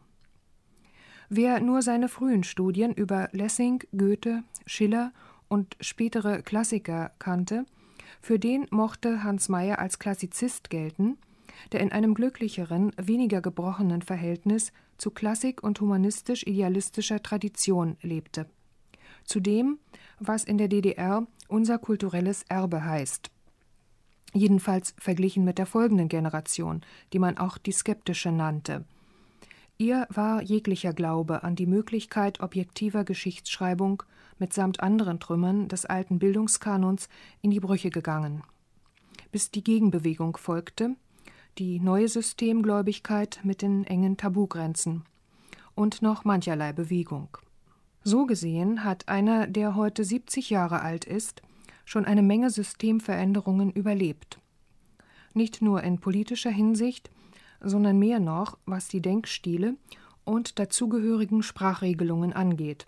Wer nur seine frühen Studien über Lessing, Goethe, Schiller und spätere Klassiker kannte, für den mochte Hans Meyer als Klassizist gelten, der in einem glücklicheren, weniger gebrochenen Verhältnis zu Klassik und humanistisch-idealistischer Tradition lebte. Zu dem, was in der D D R unser kulturelles Erbe heißt. Jedenfalls verglichen mit der folgenden Generation, die man auch die skeptische nannte. Ihr war jeglicher Glaube an die Möglichkeit objektiver Geschichtsschreibung mitsamt anderen Trümmern des alten Bildungskanons in die Brüche gegangen. Bis die Gegenbewegung folgte, die neue Systemgläubigkeit mit den engen Tabugrenzen und noch mancherlei Bewegung. So gesehen hat einer, der heute siebzig Jahre alt ist, schon eine Menge Systemveränderungen überlebt. Nicht nur in politischer Hinsicht, sondern mehr noch, was die Denkstile und dazugehörigen Sprachregelungen angeht.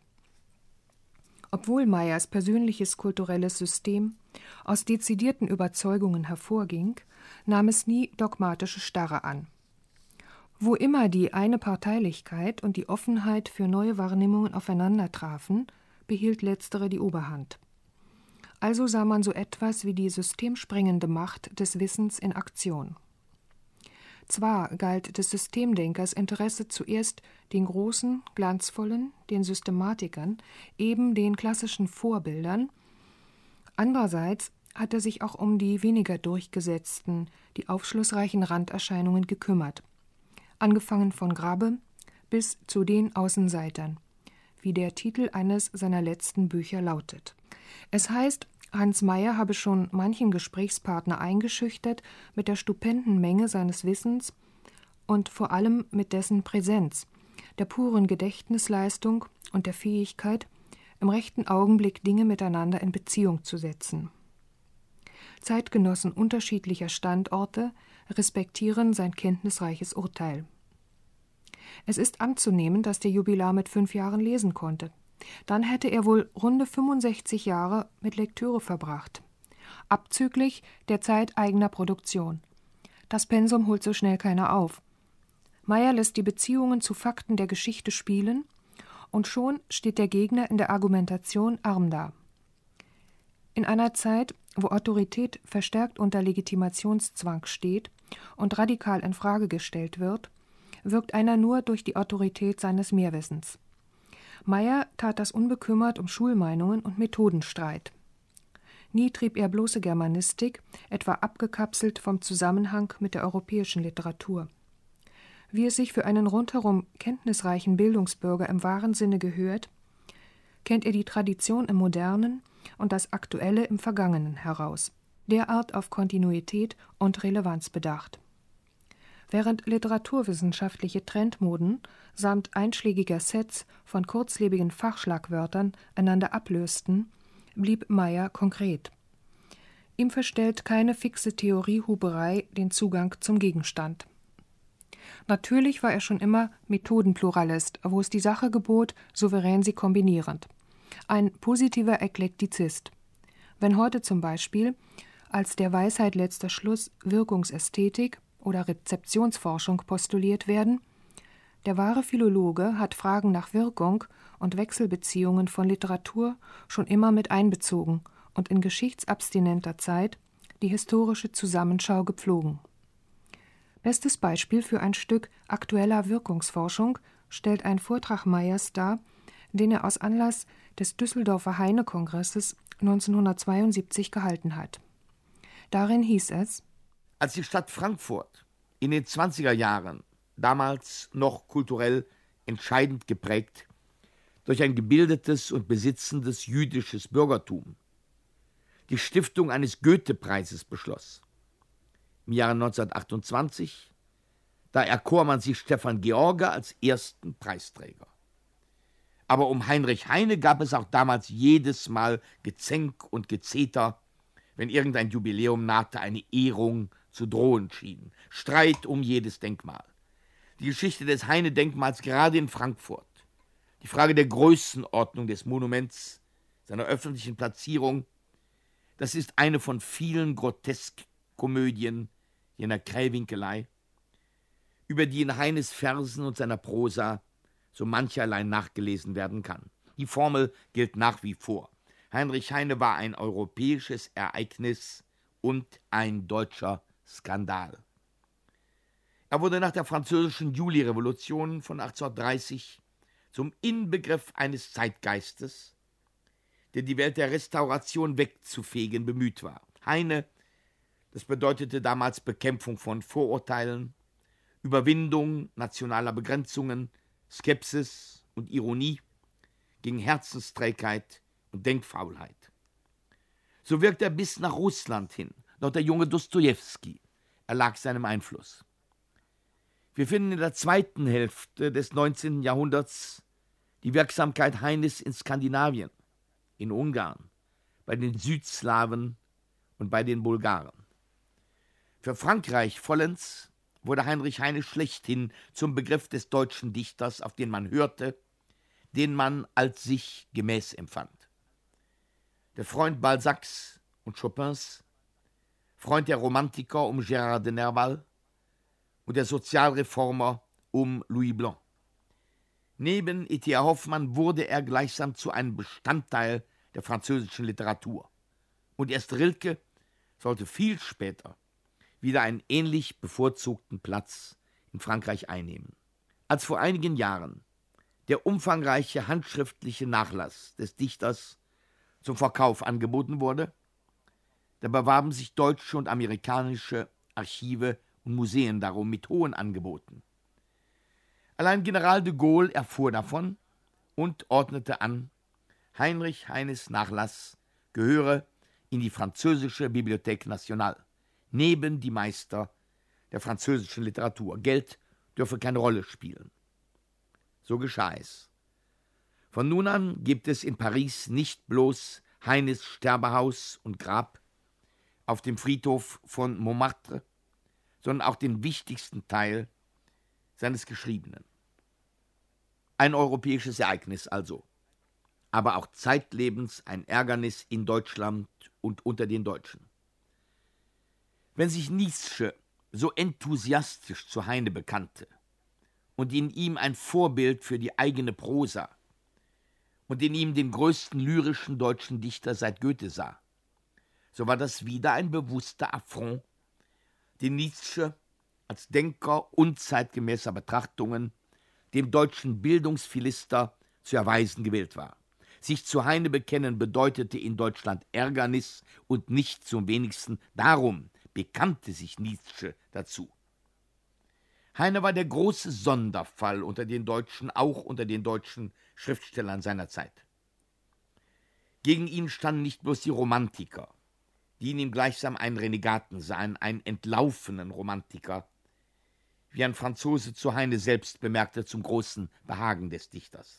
Obwohl Meyers persönliches kulturelles System aus dezidierten Überzeugungen hervorging, nahm es nie dogmatische Starre an. Wo immer die Eine-Parteilichkeit und die Offenheit für neue Wahrnehmungen aufeinander trafen, behielt letztere die Oberhand. Also sah man so etwas wie die systemsprengende Macht des Wissens in Aktion. Zwar galt des Systemdenkers Interesse zuerst den großen, glanzvollen, den Systematikern, eben den klassischen Vorbildern, andererseits hat er sich auch um die weniger durchgesetzten, die aufschlussreichen Randerscheinungen gekümmert, angefangen von Grabbe bis zu den Außenseitern, wie der Titel eines seiner letzten Bücher lautet. Es heißt, Hans Meyer habe schon manchen Gesprächspartner eingeschüchtert mit der stupenden Menge seines Wissens und vor allem mit dessen Präsenz, der puren Gedächtnisleistung und der Fähigkeit, im rechten Augenblick Dinge miteinander in Beziehung zu setzen. Zeitgenossen unterschiedlicher Standorte respektieren sein kenntnisreiches Urteil. Es ist anzunehmen, dass der Jubilar mit fünf Jahren lesen konnte. Dann hätte er wohl runde fünfundsechzig Jahre mit Lektüre verbracht, abzüglich der Zeit eigener Produktion. Das Pensum holt so schnell keiner auf. Meyer lässt die Beziehungen zu Fakten der Geschichte spielen, und schon steht der Gegner in der Argumentation arm da. In einer Zeit, wo Autorität verstärkt unter Legitimationszwang steht und radikal in Frage gestellt wird, wirkt einer nur durch die Autorität seines Mehrwissens. Meyer tat das unbekümmert um Schulmeinungen und Methodenstreit. Nie trieb er bloße Germanistik, etwa abgekapselt vom Zusammenhang mit der europäischen Literatur. Wie es sich für einen rundherum kenntnisreichen Bildungsbürger im wahren Sinne gehört, kennt er die Tradition im Modernen und das Aktuelle im Vergangenen heraus, derart auf Kontinuität und Relevanz bedacht. Während literaturwissenschaftliche Trendmoden samt einschlägiger Sets von kurzlebigen Fachschlagwörtern einander ablösten, blieb Meyer konkret. Ihm verstellt keine fixe Theoriehuberei den Zugang zum Gegenstand. Natürlich war er schon immer Methodenpluralist, wo es die Sache gebot, souverän sie kombinierend. Ein positiver Eklektizist. Wenn heute zum Beispiel als der Weisheit letzter Schluss Wirkungsästhetik oder Rezeptionsforschung postuliert werden, der wahre Philologe hat Fragen nach Wirkung und Wechselbeziehungen von Literatur schon immer mit einbezogen und in geschichtsabstinenter Zeit die historische Zusammenschau gepflogen. Bestes Beispiel für ein Stück aktueller Wirkungsforschung stellt ein Vortrag Meyers dar, den er aus Anlass des Düsseldorfer Heine-Kongresses neunzehnhundertzweiundsiebzig gehalten hat. Darin hieß es: Als die Stadt Frankfurt in den zwanziger Jahren, damals noch kulturell entscheidend geprägt durch ein gebildetes und besitzendes jüdisches Bürgertum, die Stiftung eines Goethe-Preises beschloss. Im Jahre neunzehnhundertachtundzwanzig, da erkor man sich Stefan George als ersten Preisträger. Aber um Heinrich Heine gab es auch damals jedes Mal Gezänk und Gezeter, wenn irgendein Jubiläum nahte, eine Ehrung zu drohen schien. Streit um jedes Denkmal. Die Geschichte des Heine-Denkmals gerade in Frankfurt, die Frage der Größenordnung des Monuments, seiner öffentlichen Platzierung, das ist eine von vielen Groteskkomödien jener Krähwinkelei, über die in Heines Versen und seiner Prosa so mancherlei nachgelesen werden kann. Die Formel gilt nach wie vor. Heinrich Heine war ein europäisches Ereignis und ein deutscher Skandal. Er wurde nach der französischen Julirevolution von achtzehnhundertdreißig zum Inbegriff eines Zeitgeistes, der die Welt der Restauration wegzufegen bemüht war. Heine, das bedeutete damals Bekämpfung von Vorurteilen, Überwindung nationaler Begrenzungen, Skepsis und Ironie gegen Herzensträgheit und Denkfaulheit. So wirkt er bis nach Russland hin, doch der junge Dostojewski erlag seinem Einfluss. Wir finden in der zweiten Hälfte des neunzehnten Jahrhunderts die Wirksamkeit Heines in Skandinavien, in Ungarn, bei den Südslawen und bei den Bulgaren. Für Frankreich vollends wurde Heinrich Heine schlechthin zum Begriff des deutschen Dichters, auf den man hörte, den man als sich gemäß empfand. Der Freund Balzacs und Chopins, Freund der Romantiker um Gérard de Nerval und der Sozialreformer um Louis Blanc. Neben E T A Hoffmann wurde er gleichsam zu einem Bestandteil der französischen Literatur. Und erst Rilke sollte viel später wieder einen ähnlich bevorzugten Platz in Frankreich einnehmen. Als vor einigen Jahren der umfangreiche handschriftliche Nachlass des Dichters zum Verkauf angeboten wurde, da bewarben sich deutsche und amerikanische Archive und Museen darum mit hohen Angeboten. Allein General de Gaulle erfuhr davon und ordnete an, Heinrich Heines Nachlass gehöre in die französische Bibliothèque Nationale, neben die Meister der französischen Literatur. Geld dürfe keine Rolle spielen. So geschah es. Von nun an gibt es in Paris nicht bloß Heines Sterbehaus und Grab auf dem Friedhof von Montmartre, sondern auch den wichtigsten Teil seines Geschriebenen. Ein europäisches Ereignis also, aber auch zeitlebens ein Ärgernis in Deutschland und unter den Deutschen. Wenn sich Nietzsche so enthusiastisch zu Heine bekannte und in ihm ein Vorbild für die eigene Prosa und in ihm den größten lyrischen deutschen Dichter seit Goethe sah, so war das wieder ein bewusster Affront, den Nietzsche als Denker unzeitgemäßer Betrachtungen dem deutschen Bildungsphilister zu erweisen gewählt war. Sich zu Heine bekennen bedeutete in Deutschland Ärgernis und nicht zum wenigsten darum bekannte sich Nietzsche dazu. Heine war der große Sonderfall unter den Deutschen, auch unter den deutschen Schriftstellern seiner Zeit. Gegen ihn standen nicht bloß die Romantiker, die in ihm gleichsam einen Renegaten sahen, einen entlaufenen Romantiker, wie ein Franzose zu Heine selbst bemerkte, zum großen Behagen des Dichters.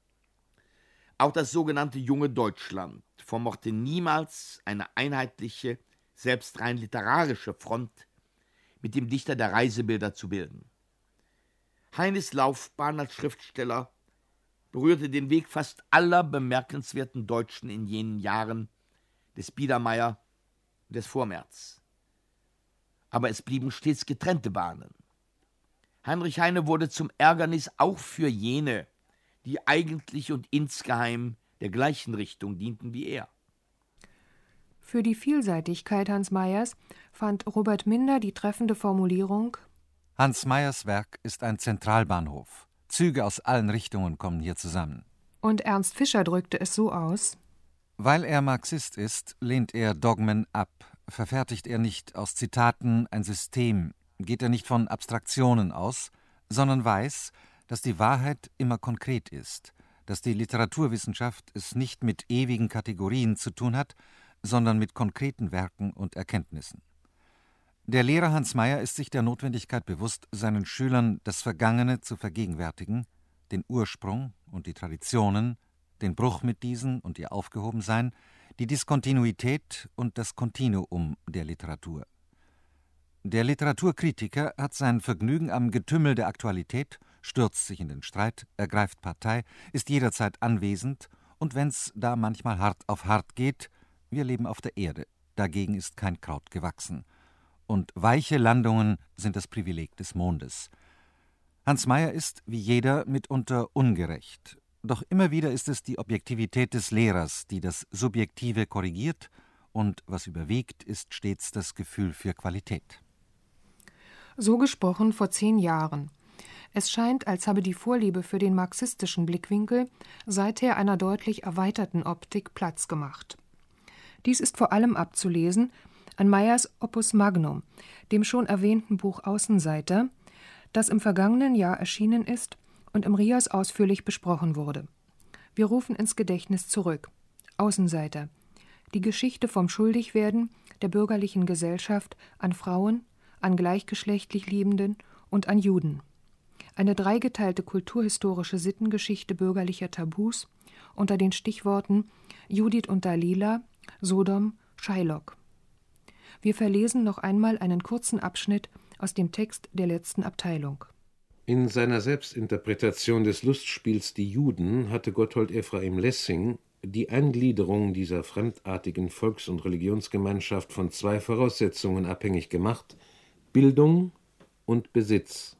Auch das sogenannte junge Deutschland vermochte niemals eine einheitliche, selbst rein literarische Front mit dem Dichter der Reisebilder zu bilden. Heines Laufbahn als Schriftsteller berührte den Weg fast aller bemerkenswerten Deutschen in jenen Jahren, des Biedermeier und des Vormärz. Aber es blieben stets getrennte Bahnen. Heinrich Heine wurde zum Ärgernis auch für jene, die eigentlich und insgeheim der gleichen Richtung dienten wie er. Für die Vielseitigkeit Hans Mayers fand Robert Minder die treffende Formulierung: Hans Mayers Werk ist ein Zentralbahnhof. Züge aus allen Richtungen kommen hier zusammen. Und Ernst Fischer drückte es so aus: Weil er Marxist ist, lehnt er Dogmen ab, verfertigt er nicht aus Zitaten ein System, geht er nicht von Abstraktionen aus, sondern weiß, dass die Wahrheit immer konkret ist, dass die Literaturwissenschaft es nicht mit ewigen Kategorien zu tun hat, sondern mit konkreten Werken und Erkenntnissen. Der Lehrer Hans Meyer ist sich der Notwendigkeit bewusst, seinen Schülern das Vergangene zu vergegenwärtigen, den Ursprung und die Traditionen, den Bruch mit diesen und ihr Aufgehobensein, die Diskontinuität und das Kontinuum der Literatur. Der Literaturkritiker hat sein Vergnügen am Getümmel der Aktualität, stürzt sich in den Streit, ergreift Partei, ist jederzeit anwesend und wenn's da manchmal hart auf hart geht, wir leben auf der Erde, dagegen ist kein Kraut gewachsen. Und weiche Landungen sind das Privileg des Mondes. Hans Meyer ist, wie jeder, mitunter ungerecht. Doch immer wieder ist es die Objektivität des Lehrers, die das Subjektive korrigiert, und was überwiegt, ist stets das Gefühl für Qualität. So gesprochen vor zehn Jahren. Es scheint, als habe die Vorliebe für den marxistischen Blickwinkel seither einer deutlich erweiterten Optik Platz gemacht. Dies ist vor allem abzulesen an Meyers Opus Magnum, dem schon erwähnten Buch Außenseiter, das im vergangenen Jahr erschienen ist und im Rias ausführlich besprochen wurde. Wir rufen ins Gedächtnis zurück. Außenseiter. Die Geschichte vom Schuldigwerden der bürgerlichen Gesellschaft an Frauen, an gleichgeschlechtlich Liebenden und an Juden. Eine dreigeteilte kulturhistorische Sittengeschichte bürgerlicher Tabus unter den Stichworten Judith und Dalila, Sodom, Shylock. Wir verlesen noch einmal einen kurzen Abschnitt aus dem Text der letzten Abteilung. In seiner Selbstinterpretation des Lustspiels Die Juden hatte Gotthold Ephraim Lessing die Eingliederung dieser fremdartigen Volks- und Religionsgemeinschaft von zwei Voraussetzungen abhängig gemacht: Bildung und Besitz.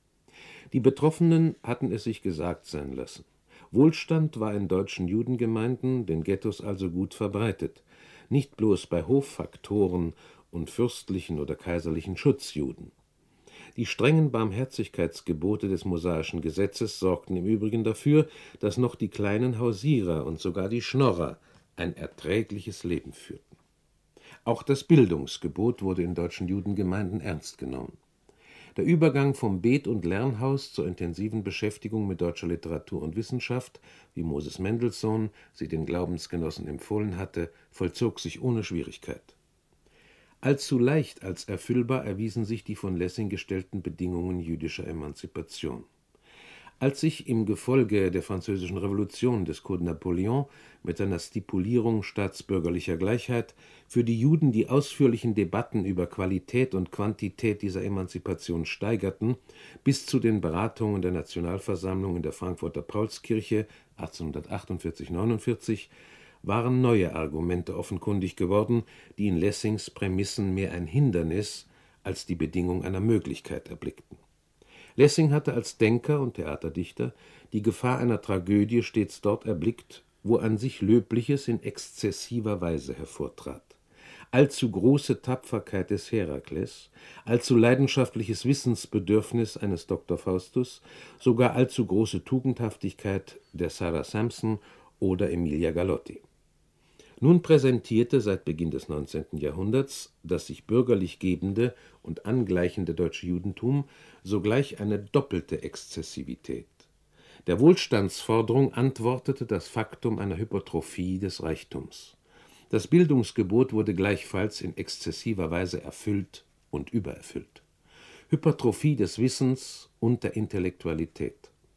Die Betroffenen hatten es sich gesagt sein lassen. Wohlstand war in deutschen Judengemeinden, den Ghettos also gut verbreitet, nicht bloß bei Hoffaktoren und fürstlichen oder kaiserlichen Schutzjuden. Die strengen Barmherzigkeitsgebote des mosaischen Gesetzes sorgten im Übrigen dafür, dass noch die kleinen Hausierer und sogar die Schnorrer ein erträgliches Leben führten. Auch das Bildungsgebot wurde in deutschen Judengemeinden ernst genommen. Der Übergang vom Bet- und Lernhaus zur intensiven Beschäftigung mit deutscher Literatur und Wissenschaft, wie Moses Mendelssohn sie den Glaubensgenossen empfohlen hatte, vollzog sich ohne Schwierigkeit. Allzu leicht als erfüllbar erwiesen sich die von Lessing gestellten Bedingungen jüdischer Emanzipation. Als sich im Gefolge der Französischen Revolution des Code Napoleon mit seiner Stipulierung staatsbürgerlicher Gleichheit für die Juden die ausführlichen Debatten über Qualität und Quantität dieser Emanzipation steigerten, bis zu den Beratungen der Nationalversammlung in der Frankfurter Paulskirche achtzehnhundertachtundvierzig neunundvierzig, waren neue Argumente offenkundig geworden, die in Lessings Prämissen mehr ein Hindernis als die Bedingung einer Möglichkeit erblickten. Lessing hatte als Denker und Theaterdichter die Gefahr einer Tragödie stets dort erblickt, wo an sich Löbliches in exzessiver Weise hervortrat. Allzu große Tapferkeit des Herakles, allzu leidenschaftliches Wissensbedürfnis eines Doktor Faustus, sogar allzu große Tugendhaftigkeit der Sarah Sampson oder Emilia Galotti. Nun präsentierte seit Beginn des neunzehnten Jahrhunderts das sich bürgerlich gebende und angleichende deutsche Judentum sogleich eine doppelte Exzessivität. Der Wohlstandsforderung antwortete das Faktum einer Hypertrophie des Reichtums. Das Bildungsgebot wurde gleichfalls in exzessiver Weise erfüllt und übererfüllt. Hypertrophie des Wissens und der Intellektualität.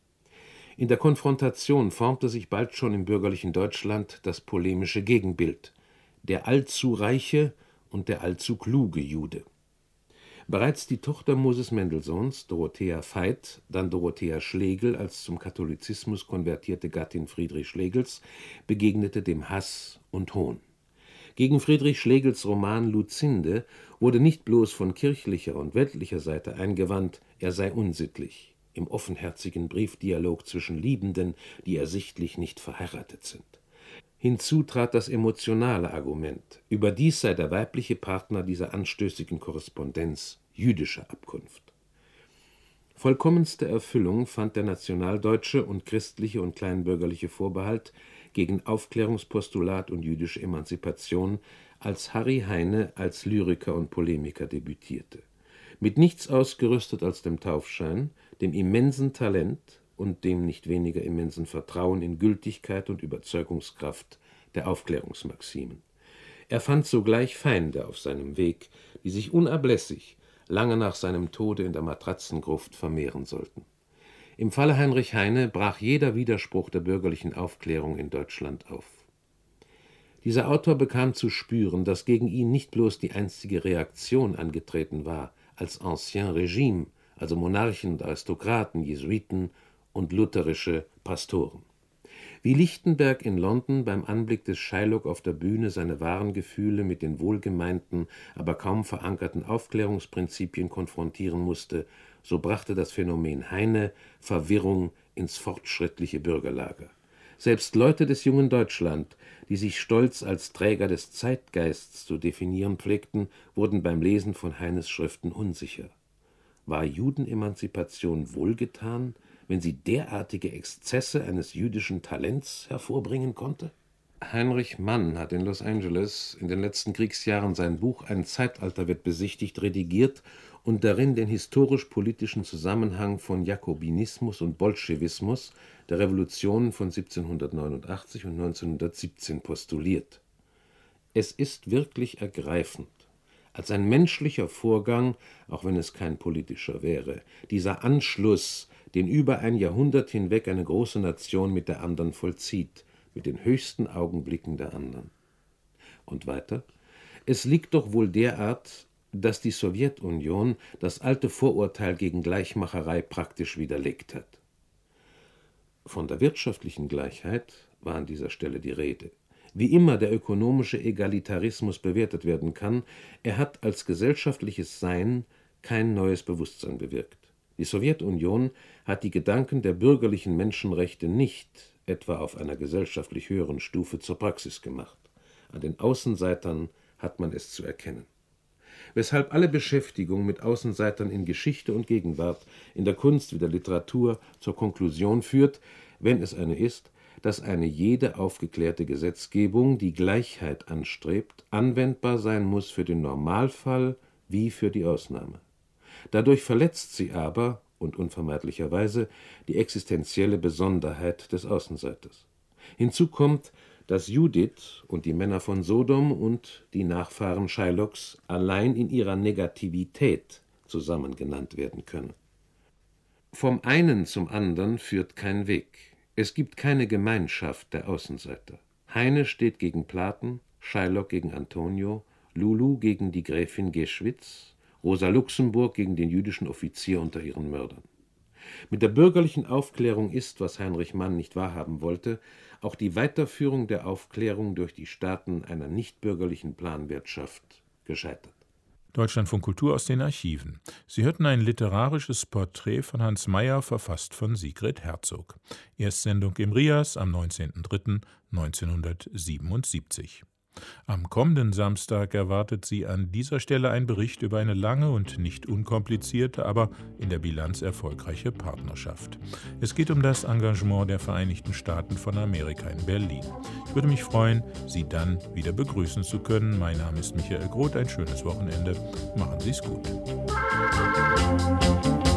In der Konfrontation formte sich bald schon im bürgerlichen Deutschland das polemische Gegenbild: der allzu reiche und der allzu kluge Jude. Bereits die Tochter Moses Mendelssohns, Dorothea Veit, dann Dorothea Schlegel als zum Katholizismus konvertierte Gattin Friedrich Schlegels, begegnete dem Hass und Hohn. Gegen Friedrich Schlegels Roman Luzinde wurde nicht bloß von kirchlicher und weltlicher Seite eingewandt, er sei unsittlich, im offenherzigen Briefdialog zwischen Liebenden, die ersichtlich nicht verheiratet sind. Hinzu trat das emotionale Argument: Überdies sei der weibliche Partner dieser anstößigen Korrespondenz jüdischer Abkunft. Vollkommenste Erfüllung fand der nationaldeutsche und christliche und kleinbürgerliche Vorbehalt gegen Aufklärungspostulat und jüdische Emanzipation als Harry Heine als Lyriker und Polemiker debütierte. Mit nichts ausgerüstet als dem Taufschein, dem immensen Talent und dem nicht weniger immensen Vertrauen in Gültigkeit und Überzeugungskraft der Aufklärungsmaximen. Er fand sogleich Feinde auf seinem Weg, die sich unablässig lange nach seinem Tode in der Matratzengruft vermehren sollten. Im Falle Heinrich Heine brach jeder Widerspruch der bürgerlichen Aufklärung in Deutschland auf. Dieser Autor bekam zu spüren, dass gegen ihn nicht bloß die einstige Reaktion angetreten war, als Ancien Régime, also Monarchen und Aristokraten, Jesuiten und lutherische Pastoren. Wie Lichtenberg in London beim Anblick des Shylock auf der Bühne seine wahren Gefühle mit den wohlgemeinten, aber kaum verankerten Aufklärungsprinzipien konfrontieren musste, so brachte das Phänomen Heine Verwirrung ins fortschrittliche Bürgerlager. Selbst Leute des jungen Deutschland, die sich stolz als Träger des Zeitgeists zu definieren pflegten, wurden beim Lesen von Heines Schriften unsicher. War Judenemanzipation wohlgetan, wenn sie derartige Exzesse eines jüdischen Talents hervorbringen konnte? Heinrich Mann hat in Los Angeles in den letzten Kriegsjahren sein Buch »Ein Zeitalter wird besichtigt« redigiert und darin den historisch-politischen Zusammenhang von Jakobinismus und Bolschewismus, der Revolutionen von siebzehnhundertneunundachtzig und neunzehnhundertsiebzehn postuliert. Es ist wirklich ergreifend, als ein menschlicher Vorgang, auch wenn es kein politischer wäre, dieser Anschluss, den über ein Jahrhundert hinweg eine große Nation mit der anderen vollzieht, mit den höchsten Augenblicken der anderen. Und weiter: Es liegt doch wohl derart, dass die Sowjetunion das alte Vorurteil gegen Gleichmacherei praktisch widerlegt hat. Von der wirtschaftlichen Gleichheit war an dieser Stelle die Rede. Wie immer der ökonomische Egalitarismus bewertet werden kann, er hat als gesellschaftliches Sein kein neues Bewusstsein bewirkt. Die Sowjetunion hat die Gedanken der bürgerlichen Menschenrechte nicht etwa auf einer gesellschaftlich höheren Stufe zur Praxis gemacht. An den Außenseitern hat man es zu erkennen. Weshalb alle Beschäftigung mit Außenseitern in Geschichte und Gegenwart, in der Kunst wie der Literatur zur Konklusion führt, wenn es eine ist, dass eine jede aufgeklärte Gesetzgebung, die Gleichheit anstrebt, anwendbar sein muss für den Normalfall wie für die Ausnahme. Dadurch verletzt sie aber, und unvermeidlicherweise, die existenzielle Besonderheit des Außenseiters. Hinzu kommt, dass Judith und die Männer von Sodom und die Nachfahren Shylocks allein in ihrer Negativität zusammen genannt werden können. Vom einen zum anderen führt kein Weg. Es gibt keine Gemeinschaft der Außenseiter. Heine steht gegen Platen, Shylock gegen Antonio, Lulu gegen die Gräfin Geschwitz, Rosa Luxemburg gegen den jüdischen Offizier unter ihren Mördern. Mit der bürgerlichen Aufklärung ist, was Heinrich Mann nicht wahrhaben wollte, auch die Weiterführung der Aufklärung durch die Staaten einer nichtbürgerlichen Planwirtschaft gescheitert. Deutschlandfunk Kultur aus den Archiven. Sie hörten ein literarisches Porträt von Hans Mayer, verfasst von Sigrid Herzog. Erstsendung im Rias am neunzehnten dritten neunzehnhundertsiebenundsiebzig. Am kommenden Samstag erwartet Sie an dieser Stelle ein Bericht über eine lange und nicht unkomplizierte, aber in der Bilanz erfolgreiche Partnerschaft. Es geht um das Engagement der Vereinigten Staaten von Amerika in Berlin. Ich würde mich freuen, Sie dann wieder begrüßen zu können. Mein Name ist Michael Groth. Ein schönes Wochenende. Machen Sie es gut.